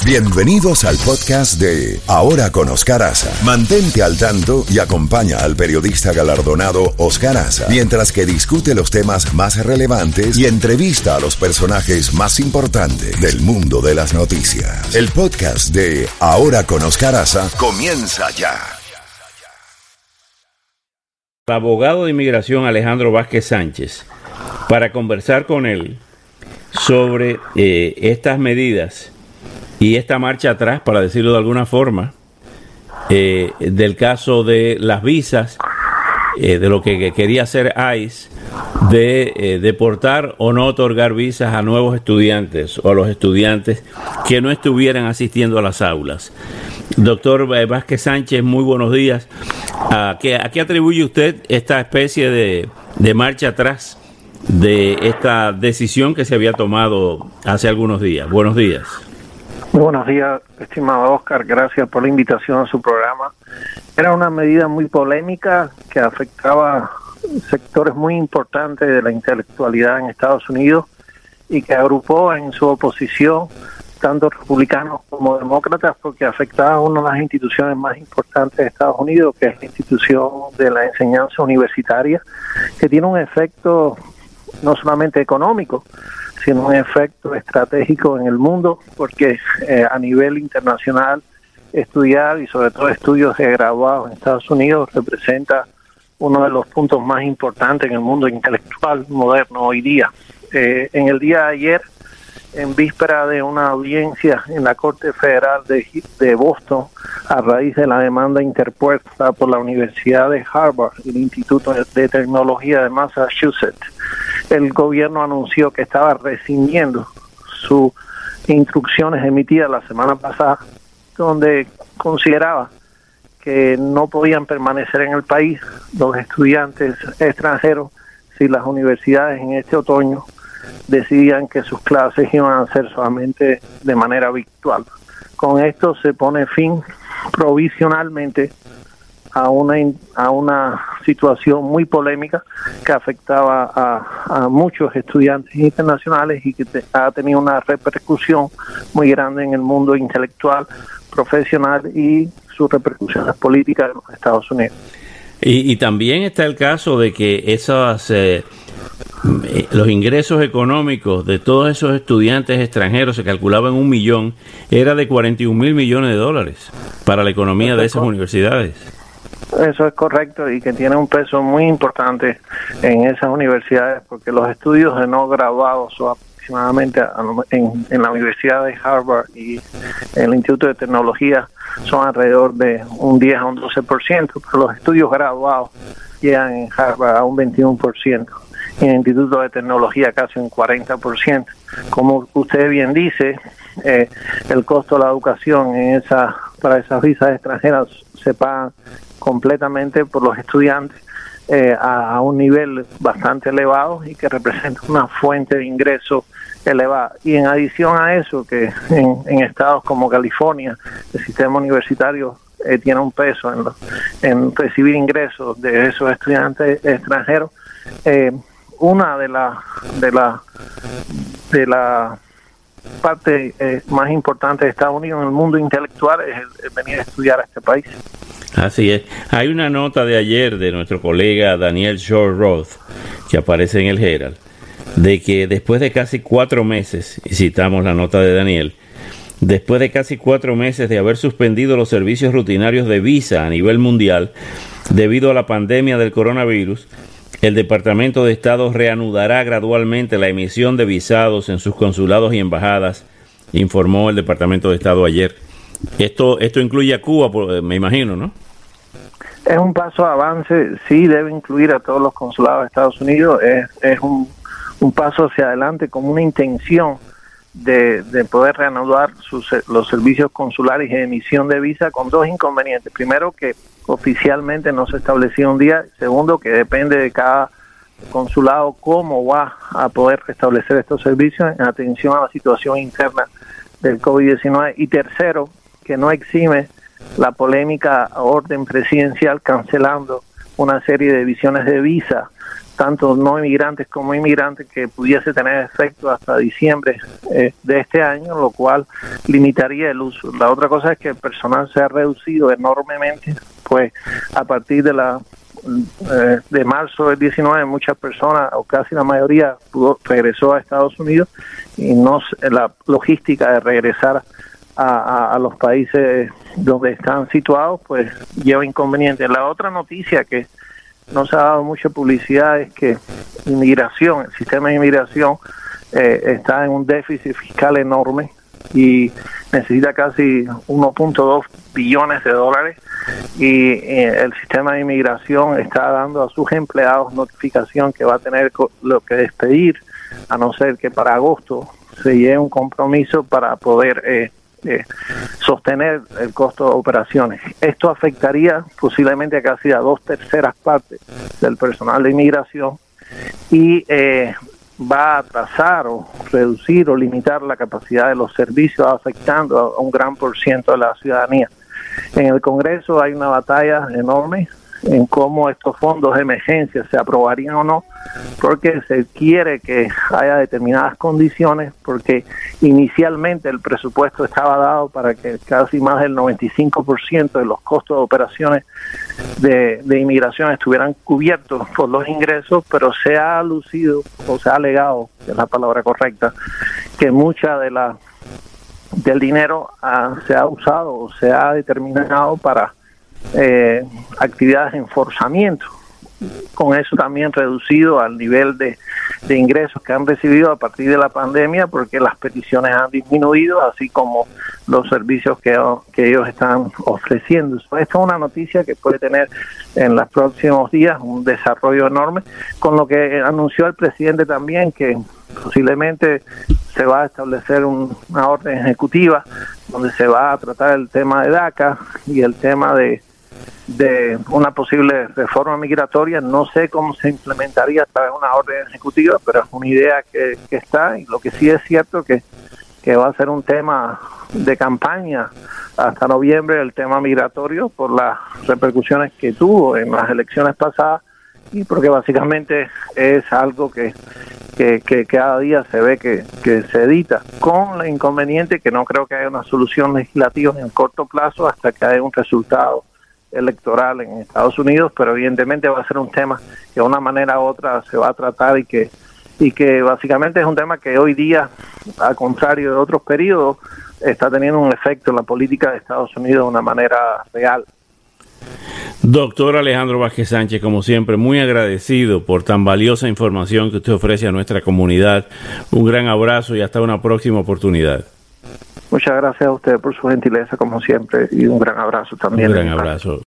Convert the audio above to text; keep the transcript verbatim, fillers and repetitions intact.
Bienvenidos al podcast de Ahora con Oscar Aza. Mantente al tanto y acompaña al periodista galardonado Oscar Aza mientras que discute los temas más relevantes y entrevista a los personajes más importantes del mundo de las noticias. El podcast de Ahora con Oscar Aza comienza ya. El abogado de inmigración Alejandro Vázquez Sánchez para conversar con él sobre eh, estas medidas y esta marcha atrás, para decirlo de alguna forma, eh, del caso de las visas, eh, de lo que quería hacer ICE, de eh, deportar o no otorgar visas a nuevos estudiantes o a los estudiantes que no estuvieran asistiendo a las aulas. Doctor Vázquez Sánchez, muy buenos días. ¿A qué, a qué atribuye usted esta especie de, de marcha atrás de esta decisión que se había tomado hace algunos días? Buenos días. Muy buenos días, estimado Oscar. Gracias por la invitación a su programa. Era una medida muy polémica que afectaba sectores muy importantes de la intelectualidad en Estados Unidos y que agrupó en su oposición tanto republicanos como demócratas, porque afectaba a una de las instituciones más importantes de Estados Unidos, que es la institución de la enseñanza universitaria, que tiene un efecto no solamente económico, sino un efecto estratégico en el mundo, porque eh, a nivel internacional estudiar y sobre todo estudios de graduados en Estados Unidos representa uno de los puntos más importantes en el mundo intelectual moderno hoy día. Eh, en el día de ayer, en víspera de una audiencia en la Corte Federal de, de Boston, a raíz de la demanda interpuesta por la Universidad de Harvard y el Instituto de Tecnología de Massachusetts, el gobierno anunció que estaba rescindiendo sus instrucciones emitidas la semana pasada, donde consideraba que no podían permanecer en el país los estudiantes extranjeros si las universidades en este otoño decidían que sus clases iban a ser solamente de manera virtual. Con esto se pone fin provisionalmente a una a una situación muy polémica que afectaba a, a muchos estudiantes internacionales y que te, ha tenido una repercusión muy grande en el mundo intelectual, profesional y sus repercusiones políticas en los Estados Unidos. Y, y también está el caso de que esas eh, los ingresos económicos de todos esos estudiantes extranjeros se calculaban en un millón, era de cuarenta y un mil millones de dólares para la economía de esas universidades. Eso es correcto, y que tiene un peso muy importante en esas universidades, porque los estudios de no graduados son aproximadamente en, en la Universidad de Harvard y en el Instituto de Tecnología son alrededor de un diez a un doce por ciento, pero los estudios graduados llegan en Harvard a un veintiuno por ciento, y en el Instituto de Tecnología casi un cuarenta por ciento. Como usted bien dice, eh, el costo de la educación en esa, para esas visas extranjeras se paga completamente por los estudiantes eh, a, a un nivel bastante elevado y que representa una fuente de ingresos elevada. Y en adición a eso, que en, en estados como California el sistema universitario eh, tiene un peso en, lo, en recibir ingresos de esos estudiantes extranjeros, eh, una de las de la de la parte eh, más importante de Estados Unidos en el mundo intelectual es el, el venir a estudiar a este país. Así es. Hay una nota de ayer de nuestro colega Daniel Shore Roth, que aparece en el Herald, de que después de casi cuatro meses, y citamos la nota de Daniel, después de casi cuatro meses de haber suspendido los servicios rutinarios de visa a nivel mundial debido a la pandemia del coronavirus, el Departamento de Estado reanudará gradualmente la emisión de visados en sus consulados y embajadas, informó el Departamento de Estado ayer. Esto esto incluye a Cuba, me imagino, ¿no? Es un paso de avance, sí debe incluir a todos los consulados de Estados Unidos, es, es un, un paso hacia adelante como una intención de, de poder reanudar sus, los servicios consulares de emisión de visa con dos inconvenientes. Primero, que oficialmente no se estableció un día. Segundo, que depende de cada consulado cómo va a poder restablecer estos servicios en atención a la situación interna del COVID diecinueve. Y tercero, que no exime la polémica orden presidencial cancelando una serie de visiones de visa tanto no inmigrantes como inmigrantes, que pudiese tener efecto hasta diciembre eh, de este año, lo cual limitaría el uso. La otra cosa es que el personal se ha reducido enormemente, pues a partir de la eh, de marzo del diecinueve muchas personas, o casi la mayoría, pudo, regresó a Estados Unidos, y no la logística de regresar a, a, a los países donde están situados pues lleva inconvenientes. La otra noticia que no se ha dado mucha publicidad es que inmigración, el sistema de inmigración eh, está en un déficit fiscal enorme y necesita casi uno punto dos billones de dólares, y eh, el sistema de inmigración está dando a sus empleados notificación que va a tener lo que despedir, a no ser que para agosto se lleve un compromiso para poder eh, eh, sostener el costo de operaciones. Esto afectaría posiblemente a casi a dos terceras partes del personal de inmigración y eh, va a atrasar o reducir o limitar la capacidad de los servicios, afectando a un gran por ciento de la ciudadanía. En el Congreso hay una batalla enorme en cómo estos fondos de emergencia se aprobarían o no, porque se quiere que haya determinadas condiciones, porque inicialmente el presupuesto estaba dado para que casi más del noventa y cinco por ciento de los costos de operaciones de, de inmigración estuvieran cubiertos por los ingresos, pero se ha lucido, o se ha alegado, que es la palabra correcta, que mucha de la del dinero uh, se ha usado o se ha determinado para eh, actividades de enforzamiento, con eso también reducido al nivel de, de ingresos que han recibido a partir de la pandemia, porque las peticiones han disminuido, así como los servicios que, que ellos están ofreciendo. Esta es una noticia que puede tener en los próximos días un desarrollo enorme, con lo que anunció el presidente también, que posiblemente se va a establecer un, una orden ejecutiva donde se va a tratar el tema de DACA y el tema de de una posible reforma migratoria. No sé cómo se implementaría a través de una orden ejecutiva, pero es una idea que, que está, y lo que sí es cierto que, que va a ser un tema de campaña hasta noviembre, el tema migratorio, por las repercusiones que tuvo en las elecciones pasadas, y porque básicamente es algo que que, que cada día se ve que, que se edita, con el inconveniente que no creo que haya una solución legislativa en el corto plazo hasta que haya un resultado electoral en Estados Unidos, pero evidentemente va a ser un tema que de una manera u otra se va a tratar, y que y que básicamente es un tema que hoy día, al contrario de otros periodos, está teniendo un efecto en la política de Estados Unidos de una manera real. Doctor Alejandro Vázquez Sánchez, como siempre, muy agradecido por tan valiosa información que usted ofrece a nuestra comunidad. Un gran abrazo y hasta una próxima oportunidad. Muchas gracias a usted por su gentileza, como siempre, y un gran abrazo también. Un gran abrazo.